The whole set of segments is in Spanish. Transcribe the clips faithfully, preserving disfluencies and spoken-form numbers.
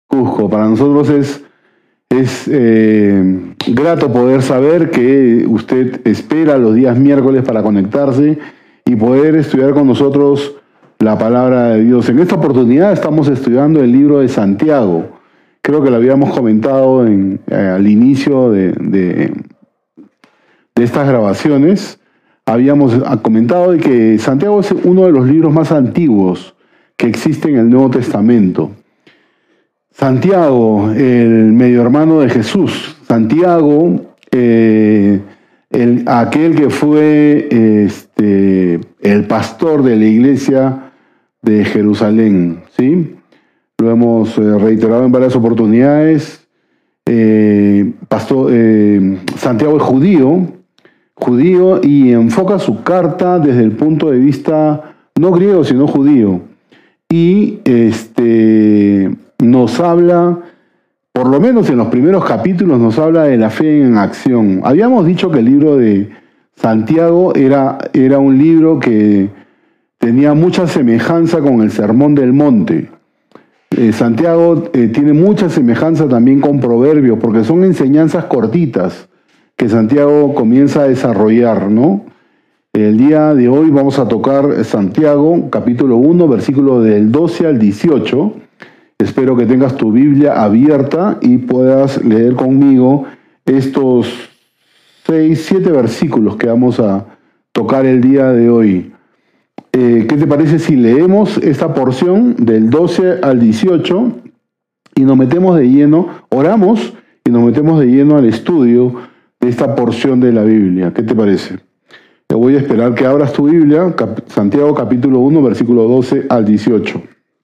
Cusco. Para nosotros es, es eh, grato poder saber que usted espera los días miércoles para conectarse y poder estudiar con nosotros la palabra de Dios. En esta oportunidad estamos estudiando el libro de Santiago. Creo que lo habíamos comentado en, eh, al inicio de, de, de estas grabaciones. Habíamos comentado de que Santiago es uno de los libros más antiguos que existen en el Nuevo Testamento. Santiago, el medio hermano de Jesús. Santiago, eh, el, aquel que fue este, el pastor de la iglesia de Jerusalén, ¿sí? Lo hemos eh, reiterado en varias oportunidades. Eh, pastor, eh, Santiago es judío, judío y enfoca su carta desde el punto de vista no griego, sino judío. Y este, nos habla, por lo menos en los primeros capítulos, nos habla de la fe en acción. Habíamos dicho que el libro de Santiago era, era un libro que tenía mucha semejanza con el Sermón del Monte. Eh, Santiago eh, tiene mucha semejanza también con Proverbios, porque son enseñanzas cortitas que Santiago comienza a desarrollar, ¿no? El día de hoy vamos a tocar Santiago, capítulo uno, versículo del doce al dieciocho. Espero que tengas tu Biblia abierta y puedas leer conmigo estos seis, siete versículos que vamos a tocar el día de hoy. Eh, ¿Qué te parece si leemos esta porción del doce al dieciocho y nos metemos de lleno, oramos y nos metemos de lleno al estudio de esta porción de la Biblia? ¿Qué te parece? Te voy a esperar que abras tu Biblia, cap- Santiago capítulo uno, versículo doce al dieciocho.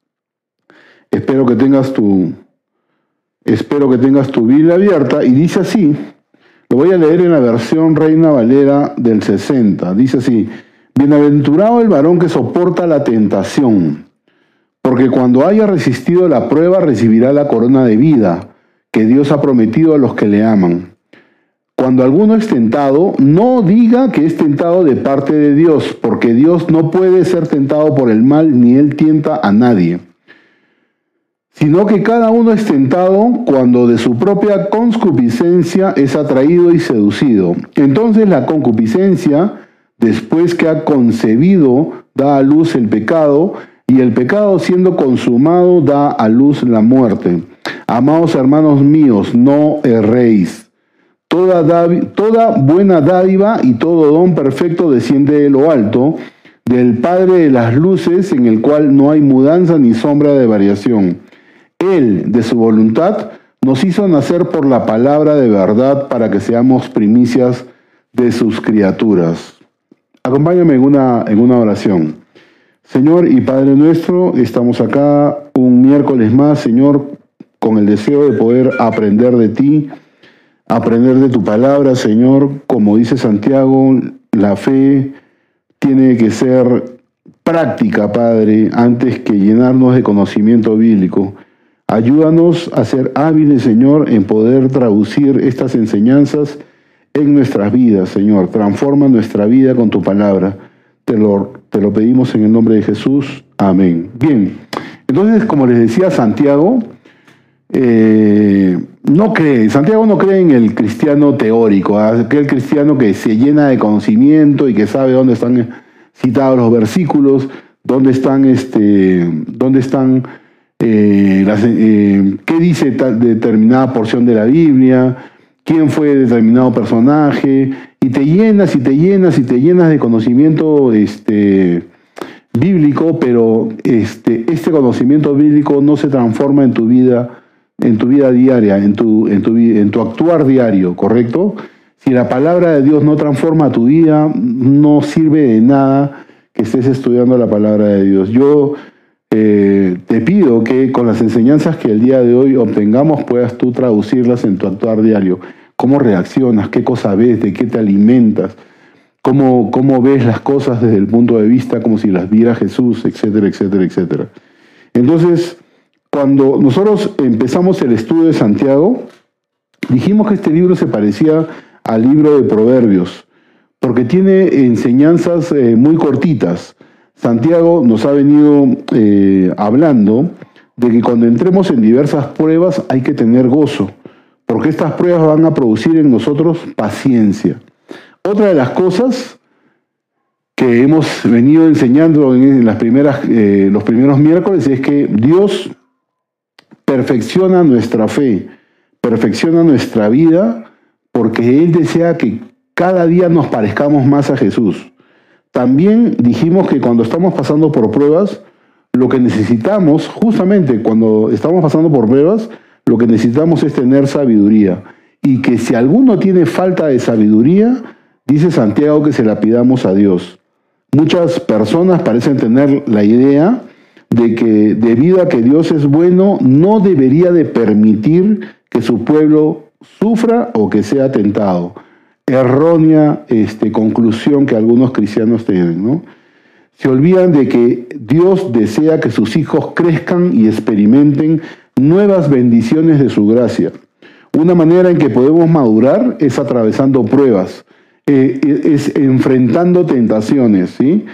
Espero que tengas tu, espero que tengas tu Biblia abierta y dice así, lo voy a leer en la versión Reina Valera del sesenta, dice así: bienaventurado el varón que soporta la tentación, porque cuando haya resistido la prueba recibirá la corona de vida que Dios ha prometido a los que le aman. Cuando alguno es tentado, no diga que es tentado de parte de Dios, porque Dios no puede ser tentado por el mal, ni él tienta a nadie. Sino que cada uno es tentado cuando de su propia concupiscencia es atraído y seducido. Entonces la concupiscencia, después que ha concebido, da a luz el pecado, y el pecado siendo consumado da a luz la muerte. Amados hermanos míos, no erréis. Toda, dáv- toda buena dádiva y todo don perfecto desciende de lo alto, del Padre de las luces, en el cual no hay mudanza ni sombra de variación. Él, de su voluntad, nos hizo nacer por la palabra de verdad para que seamos primicias de sus criaturas. Acompáñame en una, en una oración. Señor y Padre nuestro, estamos acá un miércoles más, Señor, con el deseo de poder aprender de ti, aprender de tu palabra, Señor. Como dice Santiago, la fe tiene que ser práctica, Padre, antes que llenarnos de conocimiento bíblico. Ayúdanos a ser hábiles, Señor, en poder traducir estas enseñanzas en nuestras vidas, Señor. Transforma nuestra vida con tu palabra. Te lo, te lo pedimos en el nombre de Jesús. Amén. Bien, entonces, como les decía, Santiago eh, no cree, Santiago no cree en el cristiano teórico, aquel cristiano que se llena de conocimiento y que sabe dónde están citados los versículos, dónde están, este, dónde están eh, las, eh, qué dice tal, determinada porción de la Biblia, quién fue determinado personaje, y te llenas y te llenas y te llenas de conocimiento este, bíblico, pero este, este conocimiento bíblico no se transforma en tu vida, en tu vida diaria, en tu, en tu, en tu actuar diario, ¿correcto? Si la palabra de Dios no transforma tu vida, no sirve de nada que estés estudiando la palabra de Dios. Yo eh, te pido que con las enseñanzas que el día de hoy obtengamos puedas tú traducirlas en tu actuar diario. ¿Cómo reaccionas? ¿Qué cosa ves? ¿De qué te alimentas? ¿Cómo, cómo ves las cosas desde el punto de vista como si las viera Jesús? Etcétera, etcétera, etcétera. Entonces, cuando nosotros empezamos el estudio de Santiago, dijimos que este libro se parecía al libro de Proverbios, porque tiene enseñanzas eh, muy cortitas. Santiago nos ha venido eh, hablando de que cuando entremos en diversas pruebas hay que tener gozo, porque estas pruebas van a producir en nosotros paciencia. Otra de las cosas que hemos venido enseñando en las primeras, eh, los primeros miércoles es que Dios perfecciona nuestra fe, perfecciona nuestra vida, porque Él desea que cada día nos parezcamos más a Jesús. También dijimos que cuando estamos pasando por pruebas, lo que necesitamos, justamente cuando estamos pasando por pruebas, lo que necesitamos es tener sabiduría. Y que si alguno tiene falta de sabiduría, dice Santiago que se la pidamos a Dios. Muchas personas parecen tener la idea de que debido a que Dios es bueno, no debería de permitir que su pueblo sufra o que sea tentado. Errónea este, conclusión que algunos cristianos tienen, ¿no? Se olvidan de que Dios desea que sus hijos crezcan y experimenten nuevas bendiciones de su gracia. Una manera en que podemos madurar es atravesando pruebas, eh, es enfrentando tentaciones, ¿sí?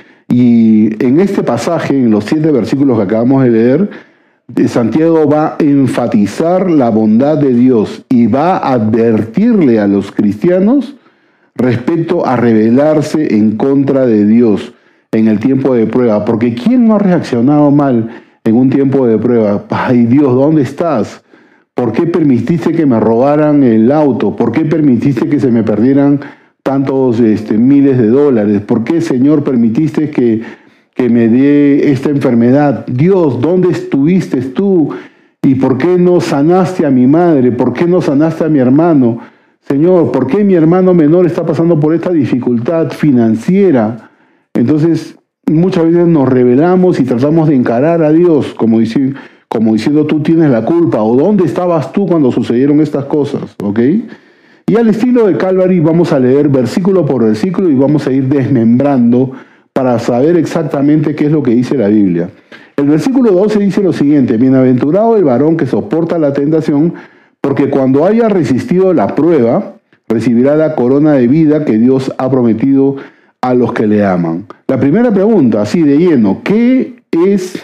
Y en este pasaje, en los siete versículos que acabamos de leer, Santiago va a enfatizar la bondad de Dios y va a advertirle a los cristianos respecto a rebelarse en contra de Dios en el tiempo de prueba. Porque ¿quién no ha reaccionado mal en un tiempo de prueba? Ay Dios, ¿dónde estás? ¿Por qué permitiste que me robaran el auto? ¿Por qué permitiste que se me perdieran tantos este, miles de dólares? ¿Por qué, Señor, permitiste que, que me dé esta enfermedad? Dios, ¿dónde estuviste tú? ¿Y por qué no sanaste a mi madre? ¿Por qué no sanaste a mi hermano? Señor, ¿por qué mi hermano menor está pasando por esta dificultad financiera? Entonces, muchas veces nos rebelamos y tratamos de encarar a Dios como, dici- como diciendo tú tienes la culpa, o ¿dónde estabas tú cuando sucedieron estas cosas? ¿Ok? Y al estilo de Calvary vamos a leer versículo por versículo y vamos a ir desmembrando para saber exactamente qué es lo que dice la Biblia. El versículo doce dice lo siguiente: bienaventurado el varón que soporta la tentación, porque cuando haya resistido la prueba, recibirá la corona de vida que Dios ha prometido a los que le aman. La primera pregunta, así de lleno, ¿qué es,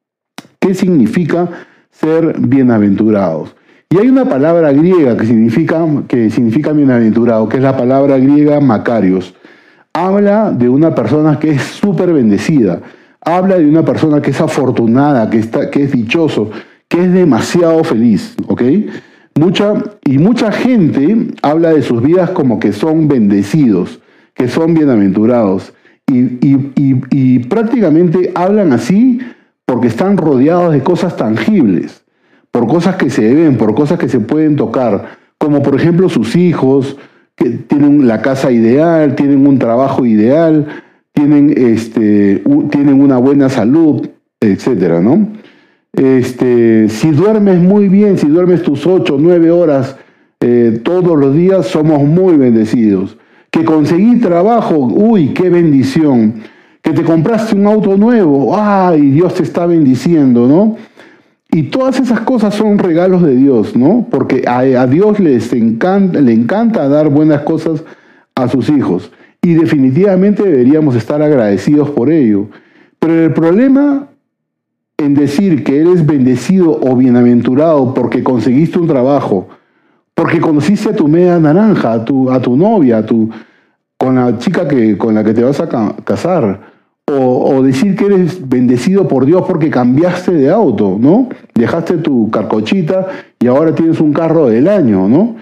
qué significa ser bienaventurados? Y hay una palabra griega que significa, que significa bienaventurado, que es la palabra griega makarios. Habla de una persona que es súper bendecida, habla de una persona que es afortunada, que, está, que es dichoso, que es demasiado feliz, ¿ok? Mucha, y mucha gente habla de sus vidas como que son bendecidos, que son bienaventurados. Y, y, y, y prácticamente hablan así porque están rodeados de cosas tangibles, por cosas que se ven, por cosas que se pueden tocar, como por ejemplo sus hijos, que tienen la casa ideal, tienen un trabajo ideal, tienen, este, u, tienen una buena salud, etcétera, ¿no? Este, si duermes muy bien, si duermes tus ocho, nueve horas eh, todos los días, somos muy bendecidos. Que conseguí trabajo, uy, qué bendición. Que te compraste un auto nuevo, ay, Dios te está bendiciendo, ¿no? Y todas esas cosas son regalos de Dios, ¿no? Porque a, a Dios les encanta, le encanta dar buenas cosas a sus hijos. Y definitivamente deberíamos estar agradecidos por ello. Pero el problema en decir que eres bendecido o bienaventurado porque conseguiste un trabajo, porque conociste a tu media naranja, a tu, a tu novia, a tu, con la chica que, con la que te vas a ca- casar, o, o decir que eres bendecido por Dios porque cambiaste de auto, ¿no? Dejaste tu carcochita y ahora tienes un carro del año, ¿no?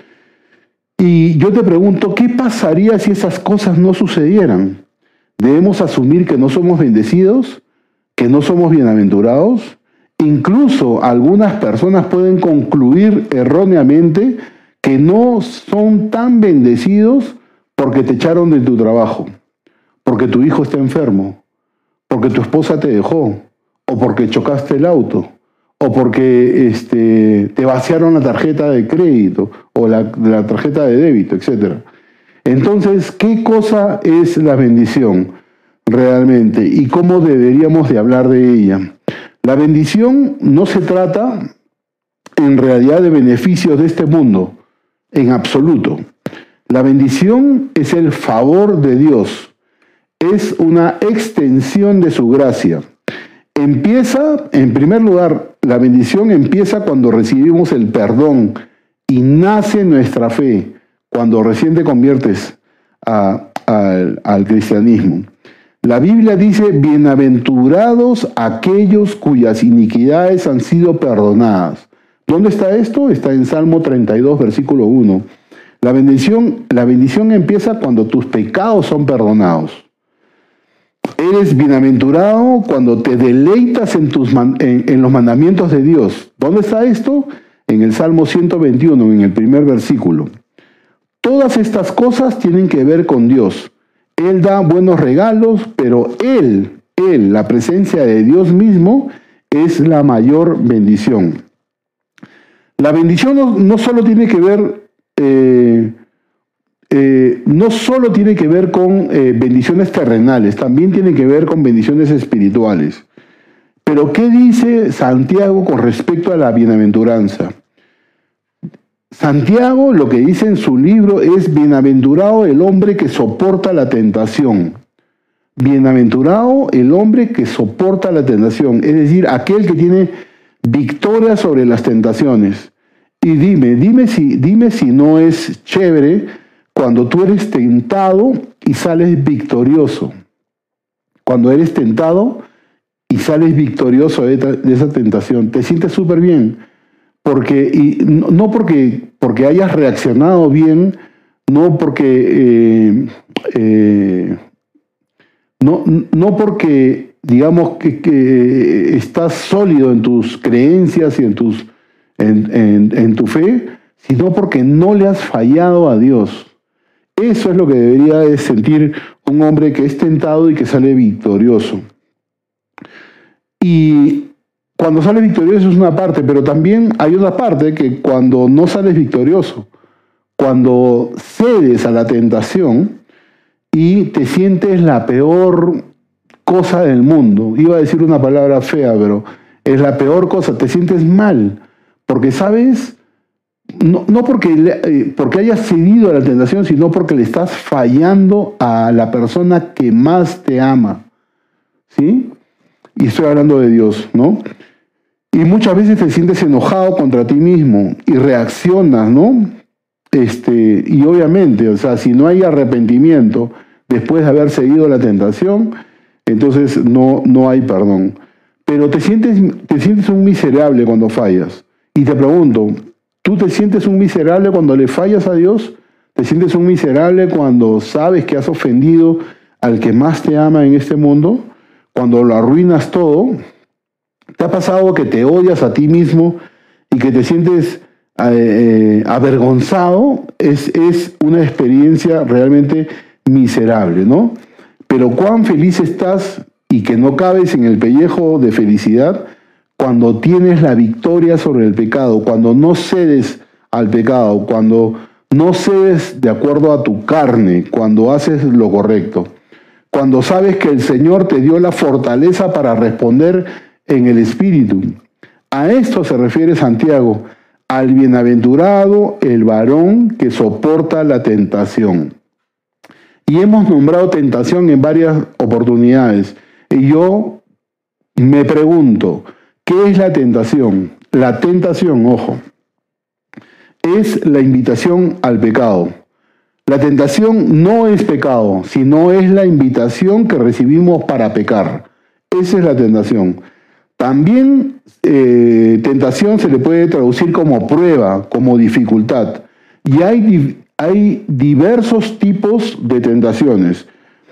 Y yo te pregunto, ¿qué pasaría si esas cosas no sucedieran? ¿Debemos asumir que no somos bendecidos? ¿Que no somos bienaventurados? Incluso algunas personas pueden concluir erróneamente que no son tan bendecidos porque te echaron de tu trabajo, porque tu hijo está enfermo, porque tu esposa te dejó, o porque chocaste el auto, o porque este, te vaciaron la tarjeta de crédito o la, la tarjeta de débito, etcétera. Entonces, ¿qué cosa es la bendición realmente y cómo deberíamos de hablar de ella? La bendición no se trata en realidad de beneficios de este mundo, en absoluto. La bendición es el favor de Dios, es una extensión de su gracia. Empieza, en primer lugar, la bendición empieza cuando recibimos el perdón y nace nuestra fe, cuando recién te conviertes a, a, al cristianismo. La Biblia dice, bienaventurados aquellos cuyas iniquidades han sido perdonadas. ¿Dónde está esto? Está en Salmo treinta y dos, versículo uno. La bendición, la bendición empieza cuando tus pecados son perdonados. Eres bienaventurado cuando te deleitas en, tus man, en, en los mandamientos de Dios. ¿Dónde está esto? En el Salmo ciento veintiuno, en el primer versículo. Todas estas cosas tienen que ver con Dios. Él da buenos regalos, pero Él, Él, la presencia de Dios mismo, es la mayor bendición. La bendición no, no solo tiene que ver... Eh, Eh, no solo tiene que ver con eh, bendiciones terrenales, también tiene que ver con bendiciones espirituales. Pero ¿qué dice Santiago con respecto a la bienaventuranza? Santiago lo que dice en su libro es bienaventurado el hombre que soporta la tentación. Bienaventurado el hombre que soporta la tentación, es decir, aquel que tiene victoria sobre las tentaciones. Y dime, dime si, dime si no es chévere cuando tú eres tentado y sales victorioso. Cuando eres tentado y sales victorioso de, de esa tentación, te sientes súper bien. Porque, y no, no porque, porque hayas reaccionado bien, no porque, eh, eh, no, no porque digamos que, que estás sólido en tus creencias y en, tus, en, en, en tu fe, sino porque no le has fallado a Dios. Eso es lo que debería de sentir un hombre que es tentado y que sale victorioso. Y cuando sale victorioso es una parte, pero también hay otra parte que cuando no sales victorioso, cuando cedes a la tentación y te sientes la peor cosa del mundo. Iba a decir una palabra fea, pero es la peor cosa, te sientes mal, porque sabes... No, no porque, eh, porque hayas cedido a la tentación, sino porque le estás fallando a la persona que más te ama. ¿Sí? Y estoy hablando de Dios, ¿no? Y muchas veces te sientes enojado contra ti mismo y reaccionas, ¿no? Este, y obviamente, o sea, si no hay arrepentimiento después de haber cedido a la tentación, entonces no, no hay perdón. Pero te sientes, te sientes un miserable cuando fallas. Y te pregunto, ¿tú te sientes un miserable cuando le fallas a Dios? ¿Te sientes un miserable cuando sabes que has ofendido al que más te ama en este mundo? Cuando lo arruinas todo. ¿Te ha pasado que te odias a ti mismo y que te sientes eh, avergonzado? Es, es una experiencia realmente miserable, ¿no? Pero cuán feliz estás y que no cabes en el pellejo de felicidad cuando tienes la victoria sobre el pecado, cuando no cedes al pecado, cuando no cedes de acuerdo a tu carne, cuando haces lo correcto, cuando sabes que el Señor te dio la fortaleza para responder en el Espíritu. A esto se refiere Santiago, al bienaventurado el varón que soporta la tentación. Y hemos nombrado tentación en varias oportunidades. Y yo me pregunto, ¿qué es la tentación? La tentación, ojo, es la invitación al pecado. La tentación no es pecado, sino es la invitación que recibimos para pecar. Esa es la tentación. También eh, tentación se le puede traducir como prueba, como dificultad. Y hay, hay diversos tipos de tentaciones.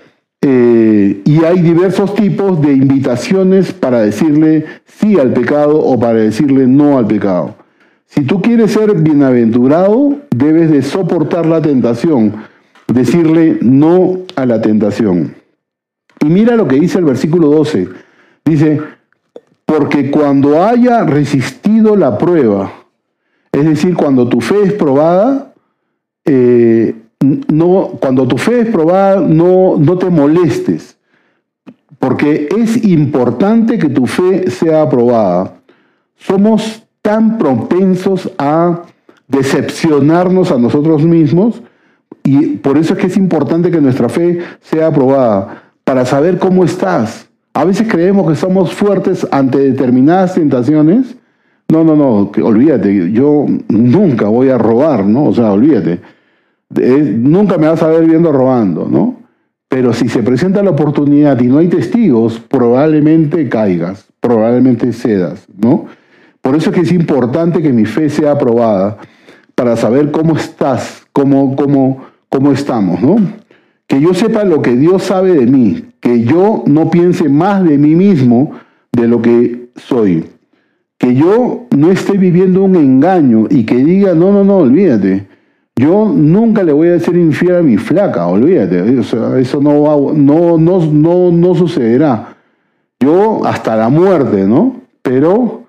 Eh, y hay diversos tipos de invitaciones para decirle sí al pecado o para decirle no al pecado. Si tú quieres ser bienaventurado, debes de soportar la tentación, decirle no a la tentación. Y mira lo que dice el versículo doce. Dice, porque cuando haya resistido la prueba, es decir, cuando tu fe es probada, eh, No, cuando tu fe es probada, no, no te molestes, porque es importante que tu fe sea aprobada. Somos tan propensos a decepcionarnos a nosotros mismos y por eso es que es importante que nuestra fe sea aprobada, para saber cómo estás. A veces creemos que somos fuertes ante determinadas tentaciones. No, no, no, que, olvídate, yo nunca voy a robar, ¿no? O sea, olvídate. Eh, nunca me vas a ver viendo robando, ¿no? Pero si se presenta la oportunidad y no hay testigos, probablemente caigas, probablemente cedas, ¿no? Por eso es que es importante que mi fe sea aprobada, para saber cómo estás, cómo, cómo, cómo estamos, ¿no? Que yo sepa lo que Dios sabe de mí, que yo no piense más de mí mismo de lo que soy. Que yo no esté viviendo un engaño y que diga, no, no, no, olvídate. Yo nunca le voy a ser infiel a mi flaca, olvídate. O sea, eso no, va, no, no, no, no sucederá. Yo hasta la muerte, ¿no? Pero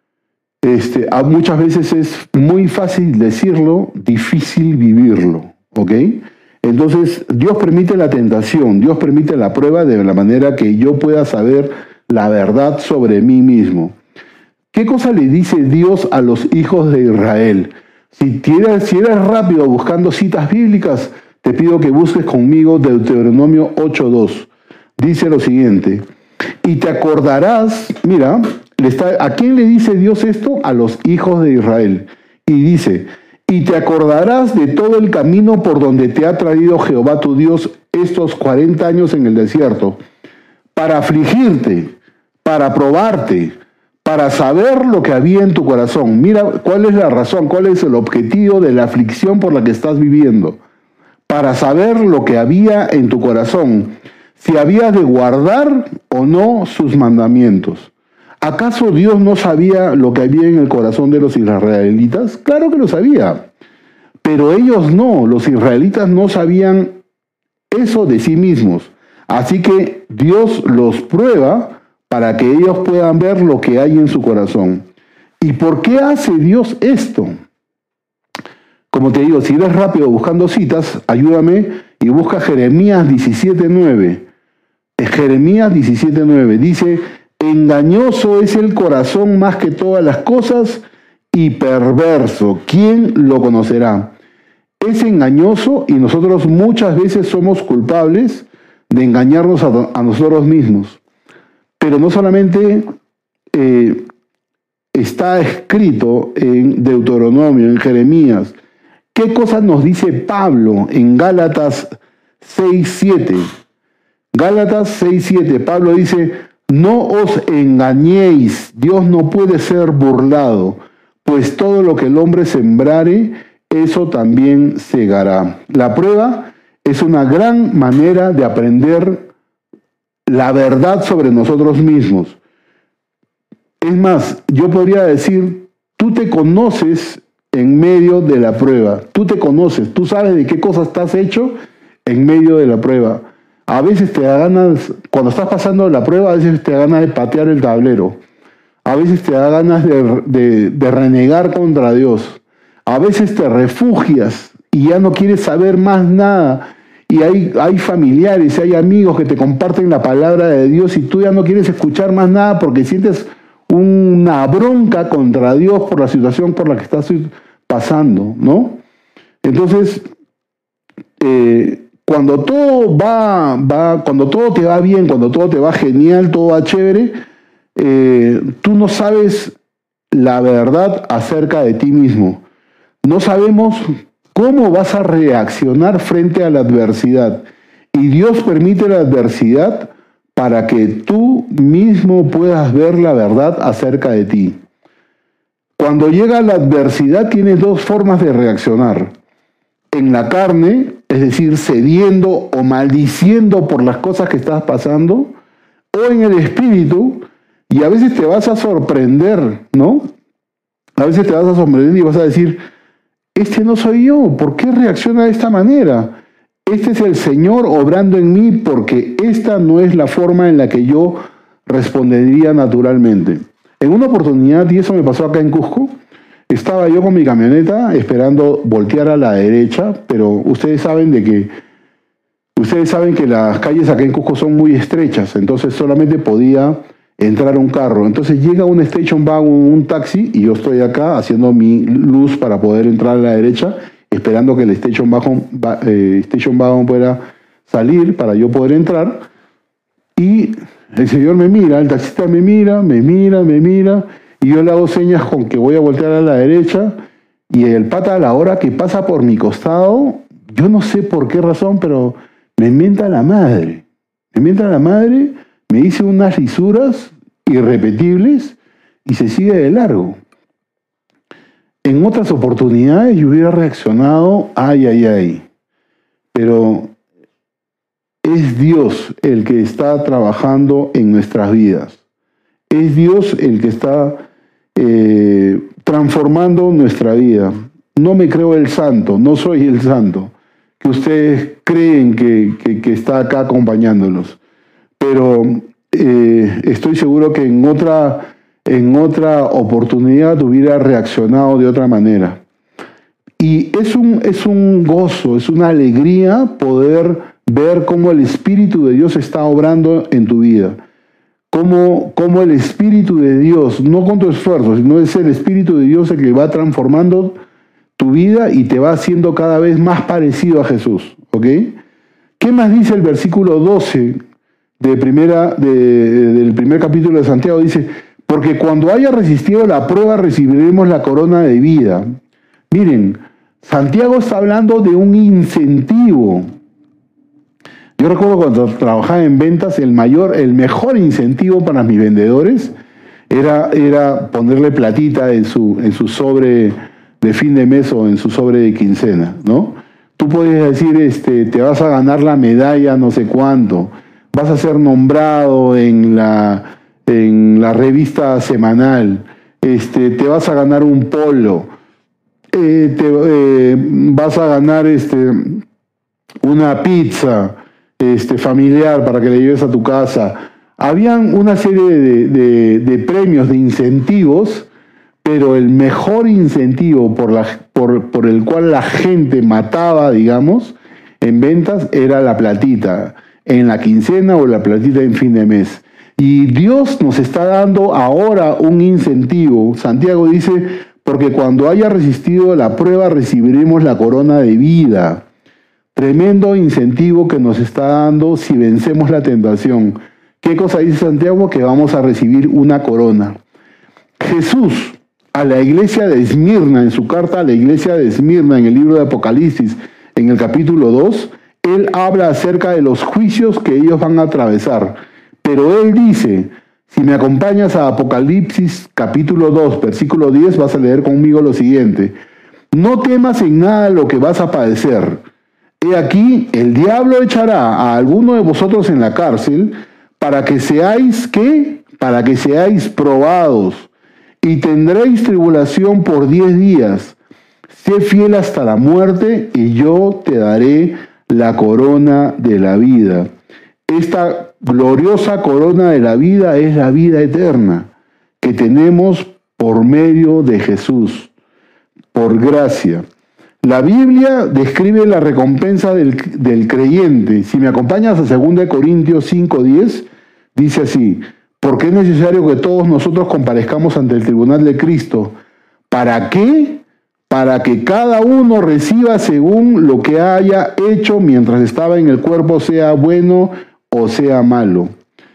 este, muchas veces es muy fácil decirlo, difícil vivirlo, ¿ok? Entonces, Dios permite la tentación, Dios permite la prueba de la manera que yo pueda saber la verdad sobre mí mismo. ¿Qué cosa le dice Dios a los hijos de Israel? Si eres, si eres rápido buscando citas bíblicas, te pido que busques conmigo Deuteronomio ocho dos. Dice lo siguiente, y te acordarás, mira, le está, ¿a quién le dice Dios esto? A los hijos de Israel. Y dice, y te acordarás de todo el camino por donde te ha traído Jehová tu Dios estos cuarenta años en el desierto, para afligirte, para probarte, para saber lo que había en tu corazón. Mira cuál es la razón, cuál es el objetivo de la aflicción por la que estás viviendo. Para saber lo que había en tu corazón, si habías de guardar o no sus mandamientos. ¿Acaso Dios no sabía lo que había en el corazón de los israelitas? Claro que lo sabía, pero ellos no, los israelitas no sabían eso de sí mismos. Así que Dios los prueba para que ellos puedan ver lo que hay en su corazón. ¿Y por qué hace Dios esto? Como te digo, si eres rápido buscando citas, ayúdame y busca Jeremías diecisiete nueve. Jeremías diecisiete nueve dice, engañoso es el corazón más que todas las cosas y perverso. ¿Quién lo conocerá? Es engañoso y nosotros muchas veces somos culpables de engañarnos a, a nosotros mismos. Pero no solamente eh, está escrito en Deuteronomio, en Jeremías. ¿Qué cosas nos dice Pablo en Gálatas seis siete? Gálatas seis siete, Pablo dice, no os engañéis, Dios no puede ser burlado, pues todo lo que el hombre sembrare, eso también segará. La prueba es una gran manera de aprender la verdad sobre nosotros mismos. Es más, yo podría decir, tú te conoces en medio de la prueba. Tú te conoces, tú sabes de qué cosas estás hecho en medio de la prueba. A veces te da ganas, cuando estás pasando la prueba, a veces te da ganas de patear el tablero. A veces te da ganas de, de, de renegar contra Dios. A veces te refugias y ya no quieres saber más nada. Y hay, hay familiares, hay amigos que te comparten la palabra de Dios y tú ya no quieres escuchar más nada porque sientes una bronca contra Dios por la situación por la que estás pasando, ¿no? Entonces, eh, cuando todo va, va, cuando todo te va bien, cuando todo te va genial, todo va chévere, eh, tú no sabes la verdad acerca de ti mismo. No sabemos cómo vas a reaccionar frente a la adversidad. Y Dios permite la adversidad para que tú mismo puedas ver la verdad acerca de ti. Cuando llega la adversidad tienes dos formas de reaccionar. En la carne, es decir, cediendo o maldiciendo por las cosas que estás pasando, o en el espíritu, y a veces te vas a sorprender, ¿no? A veces te vas a sorprender y vas a decir, este no soy yo, ¿por qué reacciona de esta manera? Este es el Señor obrando en mí porque esta no es la forma en la que yo respondería naturalmente. En una oportunidad, y eso me pasó acá en Cusco, estaba yo con mi camioneta esperando voltear a la derecha, pero ustedes saben de que ustedes saben que las calles acá en Cusco son muy estrechas, entonces solamente podía entrar un carro. Entonces llega un station wagon, un taxi, y yo estoy acá haciendo mi luz para poder entrar a la derecha, esperando que el station wagon, eh, station wagon pueda salir para yo poder entrar. Y El señor me mira, el taxista me mira, me mira, me mira, y yo le hago señas con que voy a voltear a la derecha, y el pata a la hora que pasa por mi costado, yo no sé por qué razón, pero me mienta la madre. Me mienta la madre, me dice unas lisuras irrepetibles y se sigue de largo. En otras oportunidades yo hubiera reaccionado, ay, ay, ay. Pero es Dios el que está trabajando en nuestras vidas. Es Dios el que está eh, transformando nuestra vida. No me creo el santo, no soy el santo que ustedes creen que, que, que está acá acompañándolos. Pero eh, estoy seguro que en otra, en otra oportunidad hubiera reaccionado de otra manera. Y es un, es un gozo, es una alegría poder ver cómo el Espíritu de Dios está obrando en tu vida. Cómo, cómo el Espíritu de Dios, no con tu esfuerzo, sino es el Espíritu de Dios el que va transformando tu vida y te va haciendo cada vez más parecido a Jesús. ¿Ok? ¿Qué más dice el versículo doce de primera, de, de, del primer capítulo de Santiago? Dice, porque cuando haya resistido la prueba recibiremos la corona de vida. Miren, Santiago está hablando de un incentivo. Yo recuerdo cuando trabajaba en ventas, el mayor, el mejor incentivo para mis vendedores era, era ponerle platita en su, en su sobre de fin de mes o en su sobre de quincena, ¿no? Tú puedes decir, este, te vas a ganar la medalla no sé cuánto, vas a ser nombrado en la, en la revista semanal, este, te vas a ganar un polo, eh, te, eh, vas a ganar este, una pizza este, familiar para que le lleves a tu casa. Habían una serie de, de, de premios, de incentivos, pero el mejor incentivo por, la, por, por el cual la gente mataba, digamos, en ventas era la platita, en la quincena o la platita en fin de mes. Y Dios nos está dando ahora un incentivo. Santiago dice, porque cuando haya resistido la prueba recibiremos la corona de vida. Tremendo incentivo que nos está dando si vencemos la tentación. ¿Qué cosa dice Santiago? Que vamos a recibir una corona. Jesús, a la iglesia de Esmirna, en su carta a la iglesia de Esmirna, en el libro de Apocalipsis, en el capítulo dos, él habla acerca de los juicios que ellos van a atravesar. Pero él dice, si me acompañas a Apocalipsis capítulo dos, versículo diez, vas a leer conmigo lo siguiente. No temas en nada lo que vas a padecer. He aquí, el diablo echará a alguno de vosotros en la cárcel para que seáis, ¿qué? Para que seáis probados. Y tendréis tribulación por diez días. Sé fiel hasta la muerte y yo te daré la corona de la vida. Esta gloriosa corona de la vida es la vida eterna que tenemos por medio de Jesús, por gracia. La Biblia describe la recompensa del, del creyente. Si me acompañas a segunda Corintios cinco diez, dice así, porque es necesario que todos nosotros comparezcamos ante el tribunal de Cristo. ¿Para qué? Para que cada uno reciba según lo que haya hecho mientras estaba en el cuerpo, sea bueno o sea malo.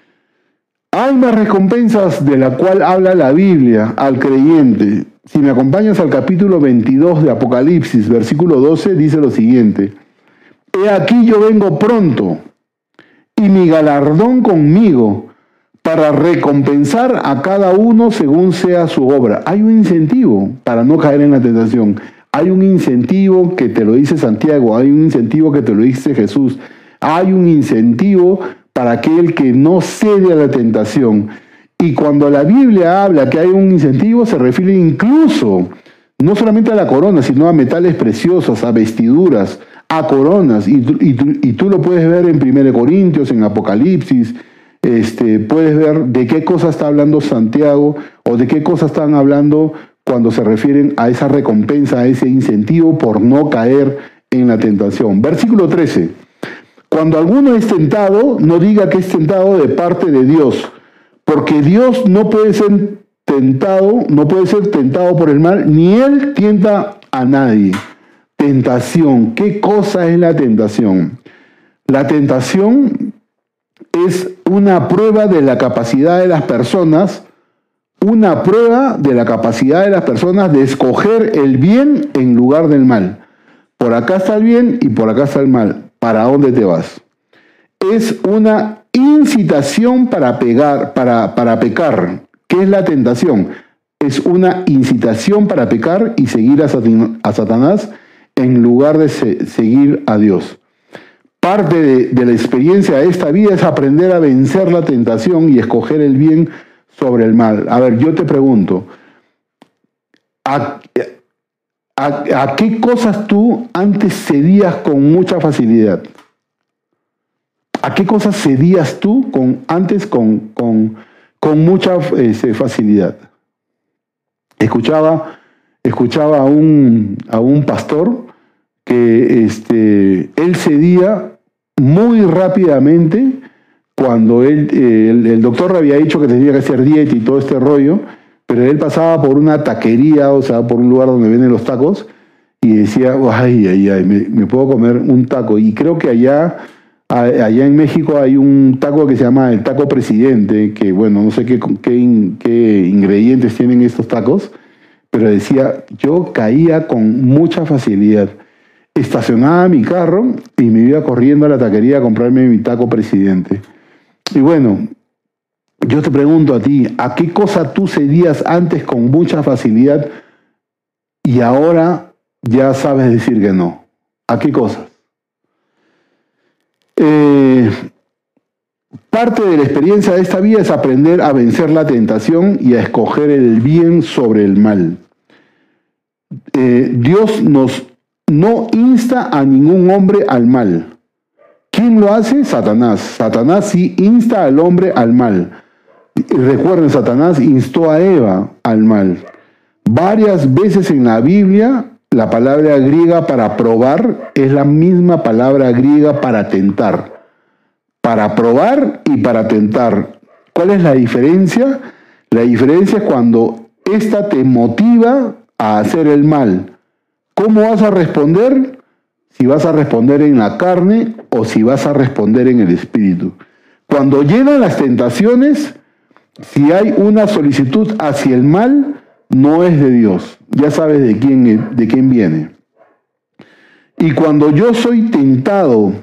Hay más recompensas de la cual habla la Biblia al creyente. Si me acompañas al capítulo veintidós de Apocalipsis, versículo doce, dice lo siguiente. He aquí yo vengo pronto, y mi galardón conmigo, para recompensar a cada uno según sea su obra. Hay un incentivo para no caer en la tentación. Hay un incentivo que te lo dice Santiago, hay un incentivo que te lo dice Jesús. Hay un incentivo para aquel que no cede a la tentación. Y cuando la Biblia habla que hay un incentivo, se refiere incluso, no solamente a la corona, sino a metales preciosos, a vestiduras, a coronas. Y, y, y tú lo puedes ver en primera Corintios, en Apocalipsis. Este, puedes ver de qué cosa está hablando Santiago o de qué cosa están hablando cuando se refieren a esa recompensa, a ese incentivo por no caer en la tentación. Versículo trece. Cuando alguno es tentado, no diga que es tentado de parte de Dios, porque Dios no puede ser tentado, no puede ser tentado por el mal, ni Él tienta a nadie. Tentación. ¿Qué cosa es la tentación? La tentación es una prueba de la capacidad de las personas, una prueba de la capacidad de las personas de escoger el bien en lugar del mal. Por acá está el bien y por acá está el mal. ¿Para dónde te vas? Es una incitación para pegar, para, para pecar. ¿Qué es la tentación? Es una incitación para pecar y seguir a, Satan- a Satanás en lugar de se- seguir a Dios. Parte de, de la experiencia de esta vida es aprender a vencer la tentación y escoger el bien sobre el mal. A ver, yo te pregunto, ¿a, a, a qué cosas tú antes cedías con mucha facilidad? ¿A qué cosas cedías tú con, antes con, con, con mucha este, facilidad? Escuchaba, escuchaba a, un, a un pastor que este, él cedía muy rápidamente cuando él, eh, el, el doctor le había dicho que tenía que hacer dieta y todo este rollo, pero él pasaba por una taquería, o sea, por un lugar donde venden los tacos, y decía, ay, ay, ay, me, me puedo comer un taco. Y creo que allá, allá en México hay un taco que se llama el taco presidente, que bueno, no sé qué, qué, qué ingredientes tienen estos tacos, pero decía, yo caía con mucha facilidad. Estacionaba mi carro y me iba corriendo a la taquería a comprarme mi taco presidente. Y bueno, yo te pregunto a ti, ¿a qué cosa tú cedías antes con mucha facilidad y ahora ya sabes decir que no? ¿A qué cosas? Eh, parte de la experiencia de esta vida es aprender a vencer la tentación y a escoger el bien sobre el mal. Eh, Dios nos no insta a ningún hombre al mal. ¿Quién lo hace? Satanás. Satanás sí insta al hombre al mal. Recuerden, Satanás instó a Eva al mal. Varias veces en la Biblia, la palabra griega para probar es la misma palabra griega para tentar. Para probar y para tentar. ¿Cuál es la diferencia? La diferencia es cuando ésta te motiva a hacer el mal. ¿Cómo vas a responder? Si vas a responder en la carne o si vas a responder en el espíritu. Cuando llegan las tentaciones, si hay una solicitud hacia el mal, no es de Dios. Ya sabes de quién, de quién viene. Y cuando yo soy tentado,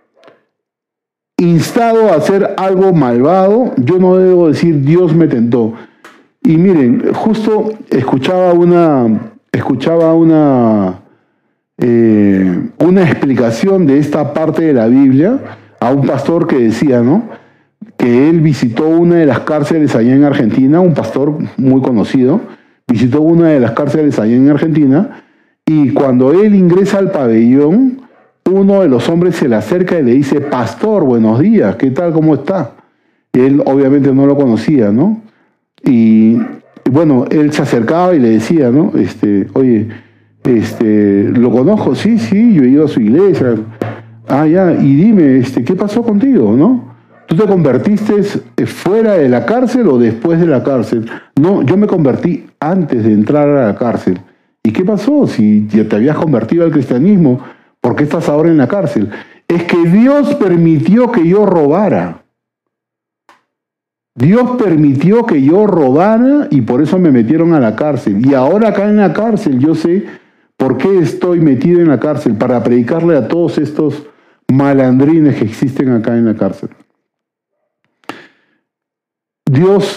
instado a hacer algo malvado, yo no debo decir Dios me tentó. Y miren, justo escuchaba una... Escuchaba una, eh, una explicación de esta parte de la Biblia a un pastor que decía, ¿no?, que él visitó una de las cárceles allá en Argentina, un pastor muy conocido, visitó una de las cárceles allá en Argentina, y cuando él ingresa al pabellón, uno de los hombres se le acerca y le dice, pastor, buenos días, ¿qué tal, cómo está? Y él obviamente no lo conocía, ¿no? Y... bueno, él se acercaba y le decía, ¿no? Este, oye, este, ¿lo conozco? Sí, sí, yo he ido a su iglesia. Ah, ya, y dime, este, ¿qué pasó contigo, no? ¿Tú te convertiste fuera de la cárcel o después de la cárcel? No, yo me convertí antes de entrar a la cárcel. ¿Y qué pasó? Si ya te habías convertido al cristianismo, ¿por qué estás ahora en la cárcel? Es que Dios permitió que yo robara. Dios permitió que yo robara y por eso me metieron a la cárcel. Y ahora acá en la cárcel yo sé por qué estoy metido en la cárcel, para predicarle a todos estos malandrines que existen acá en la cárcel. Dios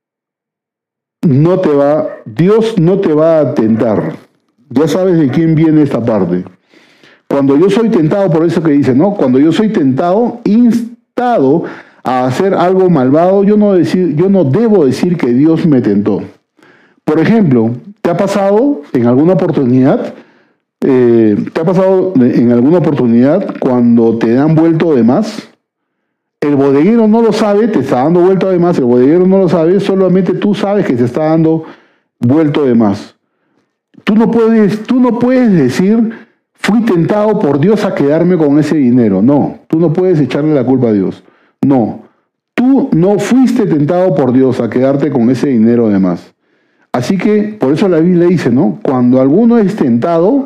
no te va, Dios no te va a tentar. Ya sabes de quién viene esta parte. Cuando yo soy tentado, por eso que dice, ¿no? Cuando yo soy tentado, instado a hacer algo malvado, yo no, decir, yo no debo decir que Dios me tentó. Por ejemplo, ¿te ha pasado en alguna oportunidad, eh, te ha pasado en alguna oportunidad cuando te dan vuelto de más? El bodeguero no lo sabe, te está dando vuelto de más, el bodeguero no lo sabe, solamente tú sabes que te está dando vuelto de más. Tú no puedes, tú no puedes decir, fui tentado por Dios a quedarme con ese dinero. No, tú no puedes echarle la culpa a Dios. No, tú no fuiste tentado por Dios a quedarte con ese dinero de más. Así que, por eso la Biblia dice, ¿no? Cuando alguno es tentado,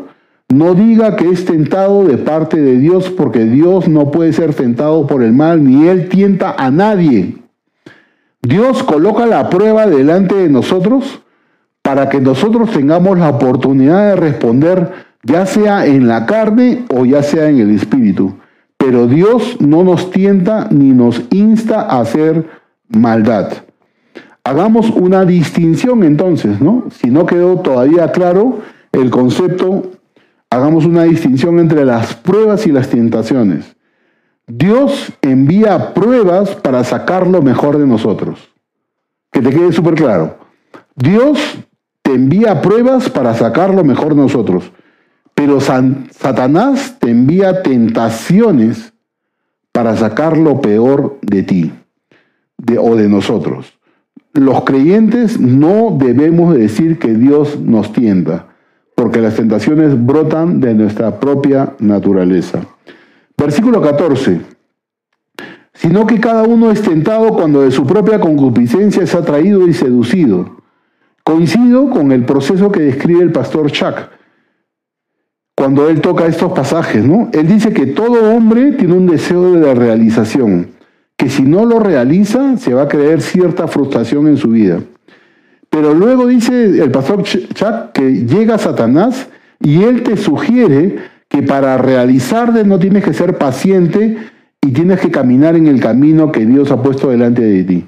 No diga que es tentado de parte de Dios, porque Dios no puede ser tentado por el mal, ni Él tienta a nadie. Dios coloca la prueba delante de nosotros para que nosotros tengamos la oportunidad de responder, ya sea en la carne o ya sea en el espíritu. Pero Dios no nos tienta ni nos insta a hacer maldad. Hagamos una distinción entonces, ¿no? Si no quedó todavía claro el concepto, hagamos una distinción entre las pruebas y las tentaciones. Dios envía pruebas para sacar lo mejor de nosotros. Que te quede súper claro. Dios te envía pruebas para sacar lo mejor de nosotros. Pero San, Satanás te envía tentaciones para sacar lo peor de ti de, o de nosotros. Los creyentes no debemos decir que Dios nos tienta, porque las tentaciones brotan de nuestra propia naturaleza. Versículo catorce. Sino que cada uno es tentado cuando de su propia concupiscencia es atraído y seducido. Coincido con el proceso que describe el pastor Chuck cuando él toca estos pasajes, ¿no? Él dice que todo hombre tiene un deseo de realización, que si no lo realiza se va a creer cierta frustración en su vida. Pero luego dice el pastor Chuck que llega Satanás y él te sugiere que para realizarte no tienes que ser paciente y tienes que caminar en el camino que Dios ha puesto delante de ti,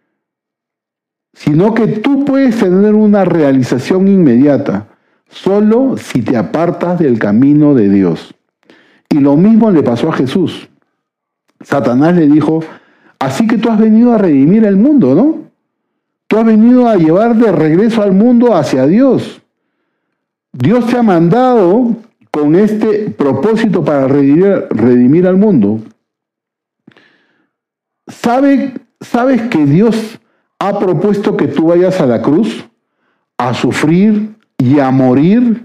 sino que tú puedes tener una realización inmediata solo si te apartas del camino de Dios. Y lo mismo le pasó a Jesús. Satanás le dijo, así que tú has venido a redimir el mundo, ¿no? Tú has venido a llevar de regreso al mundo hacia Dios. Dios te ha mandado con este propósito para redimir, redimir al mundo. ¿Sabe, ¿Sabes que Dios ha propuesto que tú vayas a la cruz a sufrir y a morir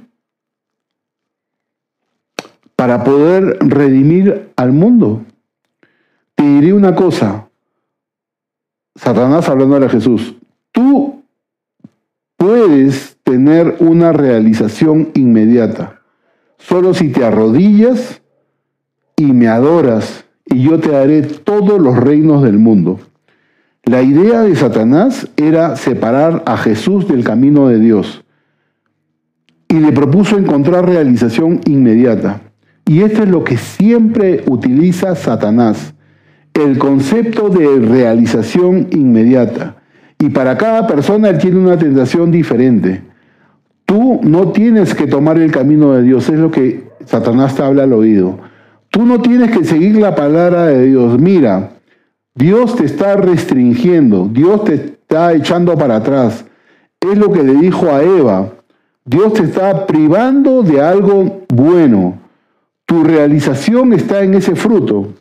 para poder redimir al mundo? Te diré una cosa, Satanás hablándole a Jesús, tú puedes tener una realización inmediata, solo si te arrodillas y me adoras, y yo te daré todos los reinos del mundo. La idea de Satanás era separar a Jesús del camino de Dios y le propuso encontrar realización inmediata. Y esto es lo que siempre utiliza Satanás, el concepto de realización inmediata. Y para cada persona él tiene una tentación diferente. Tú no tienes que tomar el camino de Dios, es lo que Satanás te habla al oído. Tú no tienes que seguir la palabra de Dios. Mira, Dios te está restringiendo, Dios te está echando para atrás. Es lo que le dijo a Eva. Dios te está privando de algo bueno. Tu realización está en ese fruto.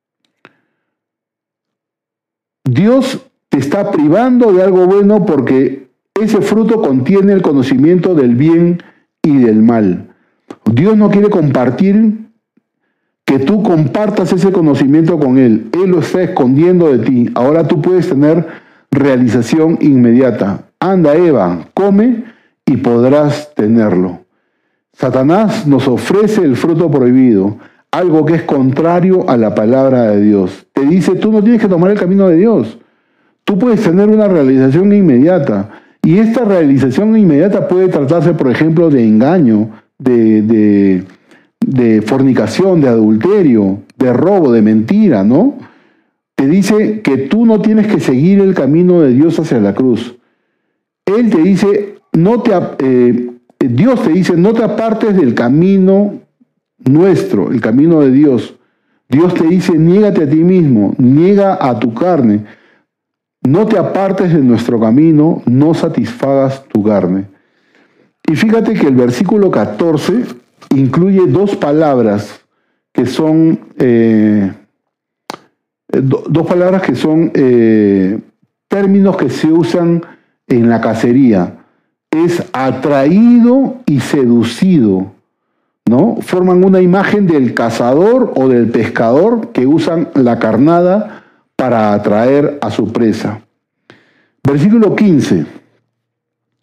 Dios te está privando de algo bueno porque ese fruto contiene el conocimiento del bien y del mal. Dios no quiere compartir, que tú compartas ese conocimiento con Él. Él lo está escondiendo de ti. Ahora tú puedes tener realización inmediata. Anda, Eva, come y podrás tenerlo. Satanás nos ofrece el fruto prohibido, algo que es contrario a la palabra de Dios. Te dice, tú no tienes que tomar el camino de Dios. Tú puedes tener una realización inmediata. Y esta realización inmediata puede tratarse, por ejemplo, de engaño, de, de, de fornicación, de adulterio, de robo, de mentira, ¿no? Te dice que tú no tienes que seguir el camino de Dios hacia la cruz. Él te dice, no te, eh, Dios te dice, no te apartes del camino nuestro, el camino de Dios. Dios te dice, niégate a ti mismo, niega a tu carne. No te apartes de nuestro camino, no satisfagas tu carne. Y fíjate que el versículo catorce incluye dos palabras que son, eh, do, dos palabras que son eh, términos que se usan en la cacería. Es atraído y seducido, ¿no? Forman una imagen del cazador o del pescador que usan la carnada para atraer a su presa. Versículo quince.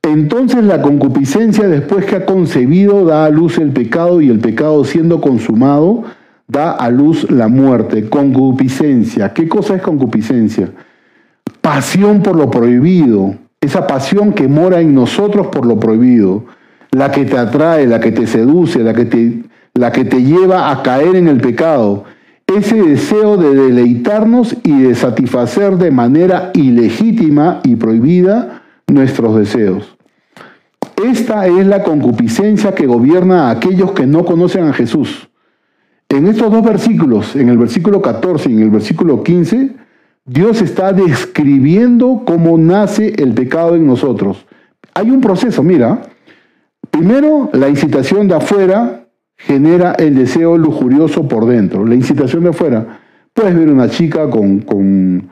Entonces la concupiscencia, después que ha concebido, da a luz el pecado, y el pecado, siendo consumado, da a luz la muerte. Concupiscencia. ¿Qué cosa es concupiscencia? Pasión por lo prohibido. Esa pasión que mora en nosotros por lo prohibido. La que te atrae, la que te seduce, la que te, la que te lleva a caer en el pecado. Ese deseo de deleitarnos y de satisfacer de manera ilegítima y prohibida nuestros deseos. Esta es la concupiscencia que gobierna a aquellos que no conocen a Jesús. En estos dos versículos, en el versículo catorce y en el versículo quince, Dios está describiendo cómo nace el pecado en nosotros. Hay un proceso, mira. Primero, la incitación de afuera genera el deseo lujurioso por dentro. La incitación de afuera. Puedes ver una chica con, con,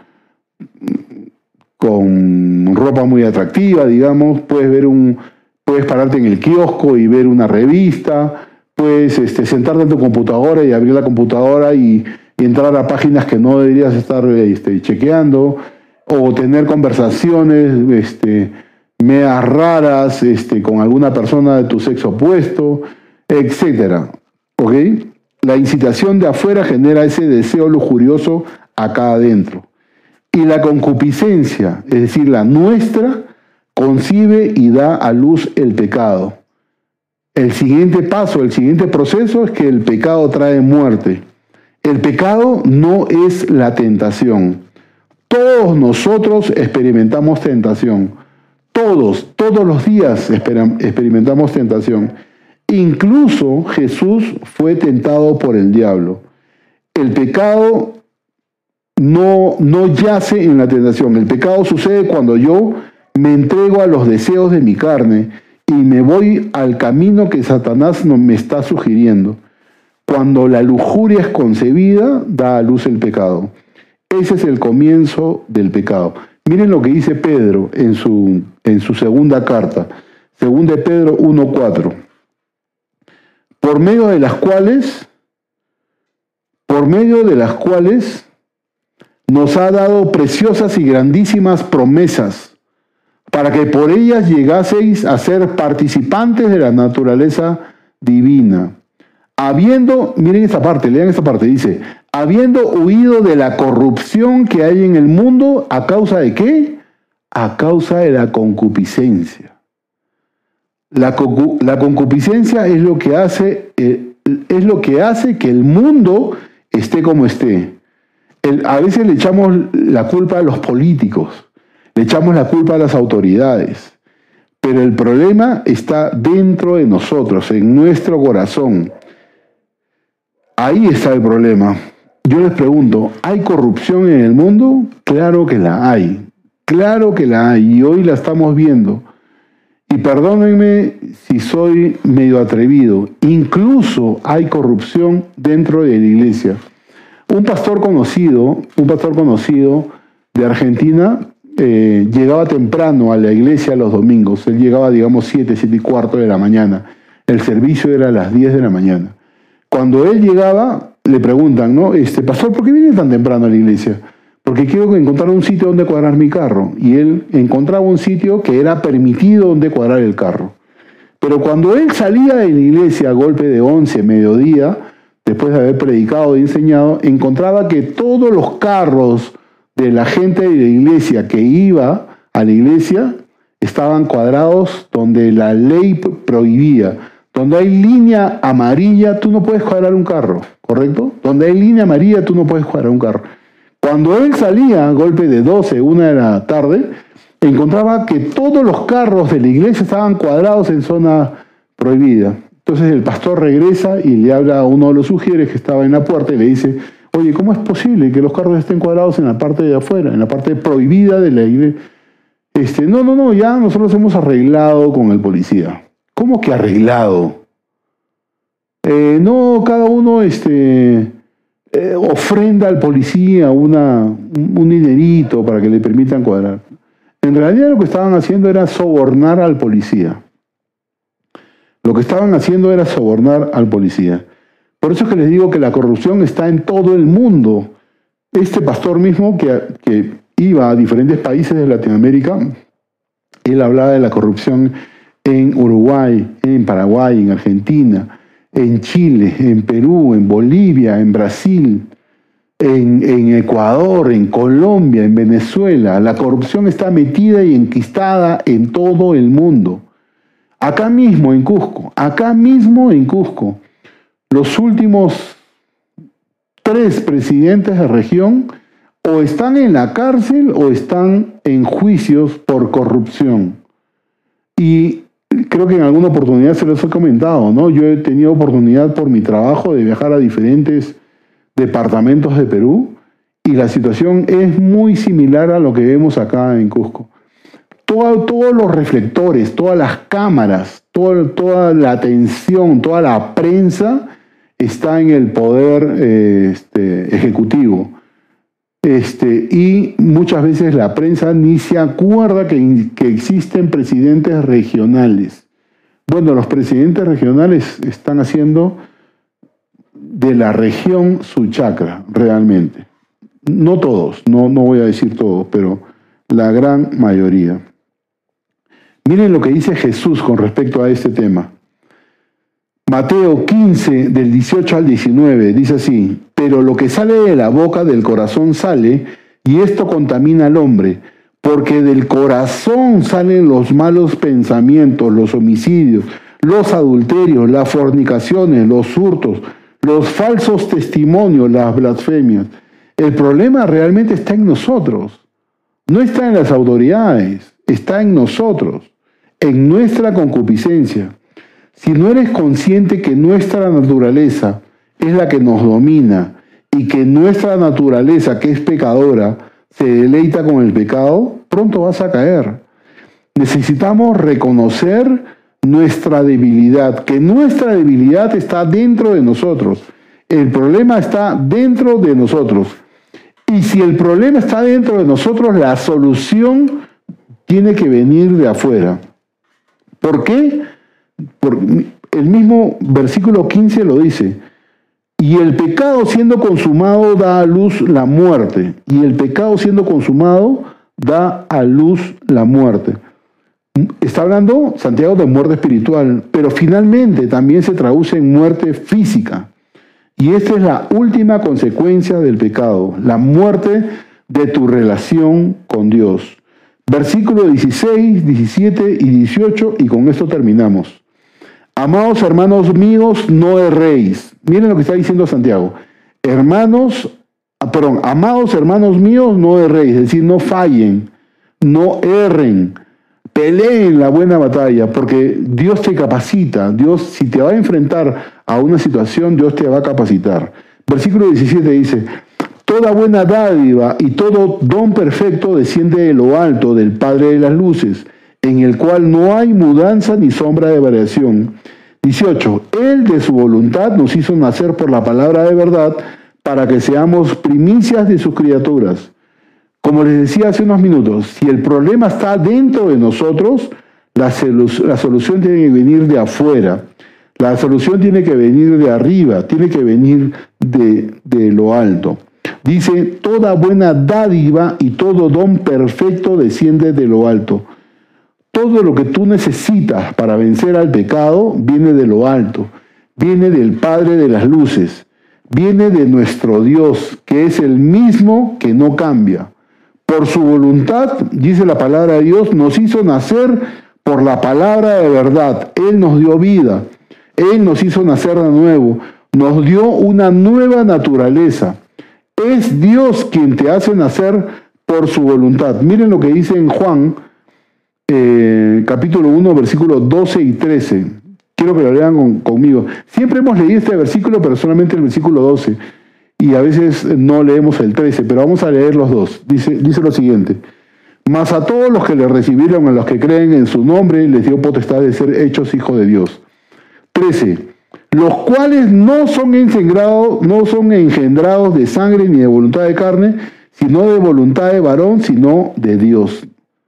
con ropa muy atractiva, digamos. Puedes ver un, puedes pararte en el kiosco y ver una revista. Puedes este, sentarte en tu computadora y abrir la computadora y, y entrar a páginas que no deberías estar este, chequeando. O tener conversaciones este, medias raras este, con alguna persona de tu sexo opuesto, etcétera. ¿Ok? La incitación de afuera genera ese deseo lujurioso acá adentro. Y la concupiscencia, es decir, la nuestra, concibe y da a luz el pecado. El siguiente paso, el siguiente proceso es que el pecado trae muerte. El pecado no es la tentación. Todos nosotros experimentamos tentación. Todos, todos los días experimentamos tentación. Incluso Jesús fue tentado por el diablo. El pecado no, no yace en la tentación. El pecado sucede cuando yo me entrego a los deseos de mi carne y me voy al camino que Satanás me está sugiriendo. Cuando la lujuria es concebida, da a luz el pecado. Ese es el comienzo del pecado. Miren lo que dice Pedro en su, en su segunda carta. Segunda de Pedro uno cuatro. Por medio de las cuales, por medio de las cuales nos ha dado preciosas y grandísimas promesas, para que por ellas llegaseis a ser participantes de la naturaleza divina. Habiendo, miren esta parte, lean esta parte, dice, habiendo huido de la corrupción que hay en el mundo, ¿a causa de qué? A causa de la concupiscencia. La, la concupiscencia es lo que hace, eh, es lo que hace que el mundo esté como esté. El, a veces le echamos la culpa a los políticos, le echamos la culpa a las autoridades, pero el problema está dentro de nosotros, en nuestro corazón. Ahí está el problema. Yo les pregunto, ¿hay corrupción en el mundo? Claro que la hay, claro que la hay, y hoy la estamos viendo. Y perdónenme si soy medio atrevido, incluso hay corrupción dentro de la iglesia. Un pastor conocido, un pastor conocido de Argentina, eh, llegaba temprano a la iglesia los domingos. Él llegaba, digamos, siete, siete y cuarto de la mañana. El servicio era a las diez de la mañana. Cuando él llegaba, le preguntan, ¿no? Este, pastor, ¿por qué viene tan temprano a la iglesia? Porque quiero encontrar un sitio donde cuadrar mi carro. Y él encontraba un sitio que era permitido donde cuadrar el carro. Pero cuando él salía de la iglesia a golpe de once, mediodía, después de haber predicado y enseñado, encontraba que todos los carros de la gente de la iglesia que iba a la iglesia estaban cuadrados donde la ley prohibía. Donde hay línea amarilla, tú no puedes cuadrar un carro, ¿correcto? Donde hay línea amarilla, tú no puedes cuadrar un carro. Cuando él salía a golpe de doce, una de la tarde, encontraba que todos los carros de la iglesia estaban cuadrados en zona prohibida. Entonces el pastor regresa y le habla a uno de los sugieres que estaba en la puerta y le dice, oye, ¿cómo es posible que los carros estén cuadrados en la parte de afuera, en la parte prohibida de la iglesia? Este, no, no, no, ya nosotros hemos arreglado con el policía. ¿Cómo que arreglado? Eh, no, cada uno este, eh, ofrenda al policía una, un, un dinerito para que le permitan cuadrar. En realidad lo que estaban haciendo era sobornar al policía. Lo que estaban haciendo era sobornar al policía. Por eso es que les digo que la corrupción está en todo el mundo. Este pastor mismo que, que iba a diferentes países de Latinoamérica Él hablaba de la corrupción en Uruguay, en Paraguay, en Argentina, en Chile, en Perú, en Bolivia, en Brasil, en, en Ecuador, en Colombia, en Venezuela. La corrupción está metida y enquistada en todo el mundo. Acá mismo en Cusco, acá mismo en Cusco, los últimos tres presidentes de región o están en la cárcel o están en juicios por corrupción. Y creo que en alguna oportunidad se los he comentado, ¿no? Yo he tenido oportunidad por mi trabajo de viajar a diferentes departamentos de Perú y la situación es muy similar a lo que vemos acá en Cusco. Todo, todos los reflectores, todas las cámaras, todo, toda la atención, toda la prensa está en el poder eh, este, ejecutivo. Este, y muchas veces la prensa ni se acuerda que, que existen presidentes regionales. Bueno, los presidentes regionales están haciendo de la región su chacra, realmente. No todos, no, no voy a decir todos, pero la gran mayoría. Miren lo que dice Jesús con respecto a este tema. Mateo quince, del dieciocho al diecinueve, dice así: pero lo que sale de la boca del corazón sale, y esto contamina al hombre, porque del corazón salen los malos pensamientos, los homicidios, los adulterios, las fornicaciones, los hurtos, los falsos testimonios, las blasfemias. El problema realmente está en nosotros, no está en las autoridades, está en nosotros, en nuestra concupiscencia. Si no eres consciente que nuestra naturaleza es la que nos domina y que nuestra naturaleza, que es pecadora, se deleita con el pecado, pronto vas a caer. Necesitamos reconocer nuestra debilidad, que nuestra debilidad está dentro de nosotros. El problema está dentro de nosotros. Y si el problema está dentro de nosotros, la solución tiene que venir de afuera. ¿Por qué? Porque el mismo versículo quince lo dice. Y el pecado siendo consumado da a luz la muerte. Y el pecado siendo consumado da a luz la muerte. Está hablando Santiago de muerte espiritual, pero finalmente también se traduce en muerte física. Y esta es la última consecuencia del pecado, la muerte de tu relación con Dios. Versículos dieciséis, diecisiete y dieciocho, y con esto terminamos. Amados hermanos míos, no erréis. Miren lo que está diciendo Santiago. Hermanos, perdón, amados hermanos míos, no erréis. Es decir, no fallen, no erren. Peleen la buena batalla, porque Dios te capacita. Dios, si te va a enfrentar a una situación, Dios te va a capacitar. Versículo diecisiete dice: toda buena dádiva y todo don perfecto desciende de lo alto, del Padre de las luces, en el cual no hay mudanza ni sombra de variación. dieciocho. Él de su voluntad nos hizo nacer por la palabra de verdad, para que seamos primicias de sus criaturas. Como les decía hace unos minutos, si el problema está dentro de nosotros, la, solu- la solución tiene que venir de afuera. La solución tiene que venir de arriba, tiene que venir de, de lo alto. Dice, toda buena dádiva y todo don perfecto desciende de lo alto. Todo lo que tú necesitas para vencer al pecado viene de lo alto, viene del Padre de las luces, viene de nuestro Dios, que es el mismo que no cambia. Por su voluntad, dice la palabra de Dios, nos hizo nacer por la palabra de verdad. Él nos dio vida, Él nos hizo nacer de nuevo, nos dio una nueva naturaleza. Es Dios quien te hace nacer por su voluntad. Miren lo que dice en Juan, eh, capítulo uno, versículos doce y trece. Quiero que lo lean con, conmigo. Siempre hemos leído este versículo, pero solamente el versículo doce. Y a veces no leemos el trece, pero vamos a leer los dos. Dice, dice lo siguiente: mas a todos los que le recibieron, a los que creen en su nombre, les dio potestad de ser hechos hijos de Dios. trece. Los cuales no son engendrados, no son engendrados de sangre ni de voluntad de carne, sino de voluntad de varón, sino de Dios.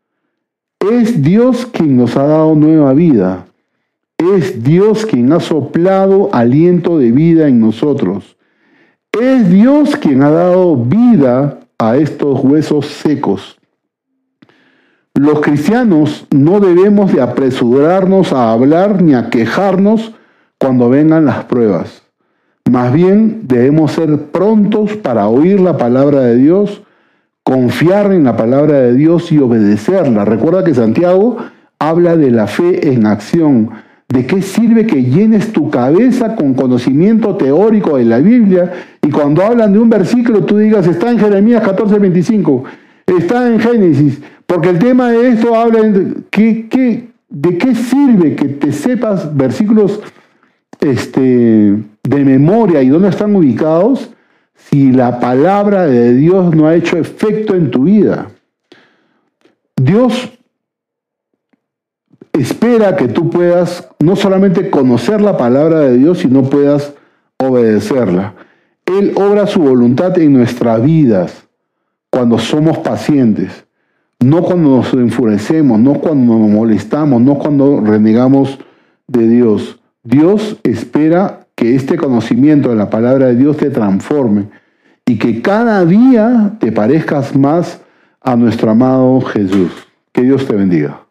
Es Dios quien nos ha dado nueva vida. Es Dios quien ha soplado aliento de vida en nosotros. Es Dios quien ha dado vida a estos huesos secos. Los cristianos no debemos de apresurarnos a hablar ni a quejarnos cuando vengan las pruebas. Más bien debemos ser prontos para oír la palabra de Dios, confiar en la palabra de Dios y obedecerla. Recuerda que Santiago habla de la fe en acción. ¿De qué sirve que llenes tu cabeza con conocimiento teórico de la Biblia y cuando hablan de un versículo tú digas, está en Jeremías catorce veinticinco, está en Génesis, porque el tema de esto habla de ¿qué, qué, de qué sirve que te sepas versículos este, de memoria y dónde están ubicados si la palabra de Dios no ha hecho efecto en tu vida? Dios espera que tú puedas no solamente conocer la palabra de Dios, sino puedas obedecerla. Él obra su voluntad en nuestras vidas cuando somos pacientes, no cuando nos enfurecemos, no cuando nos molestamos, no cuando renegamos de Dios. Dios espera que este conocimiento de la palabra de Dios te transforme y que cada día te parezcas más a nuestro amado Jesús. Que Dios te bendiga.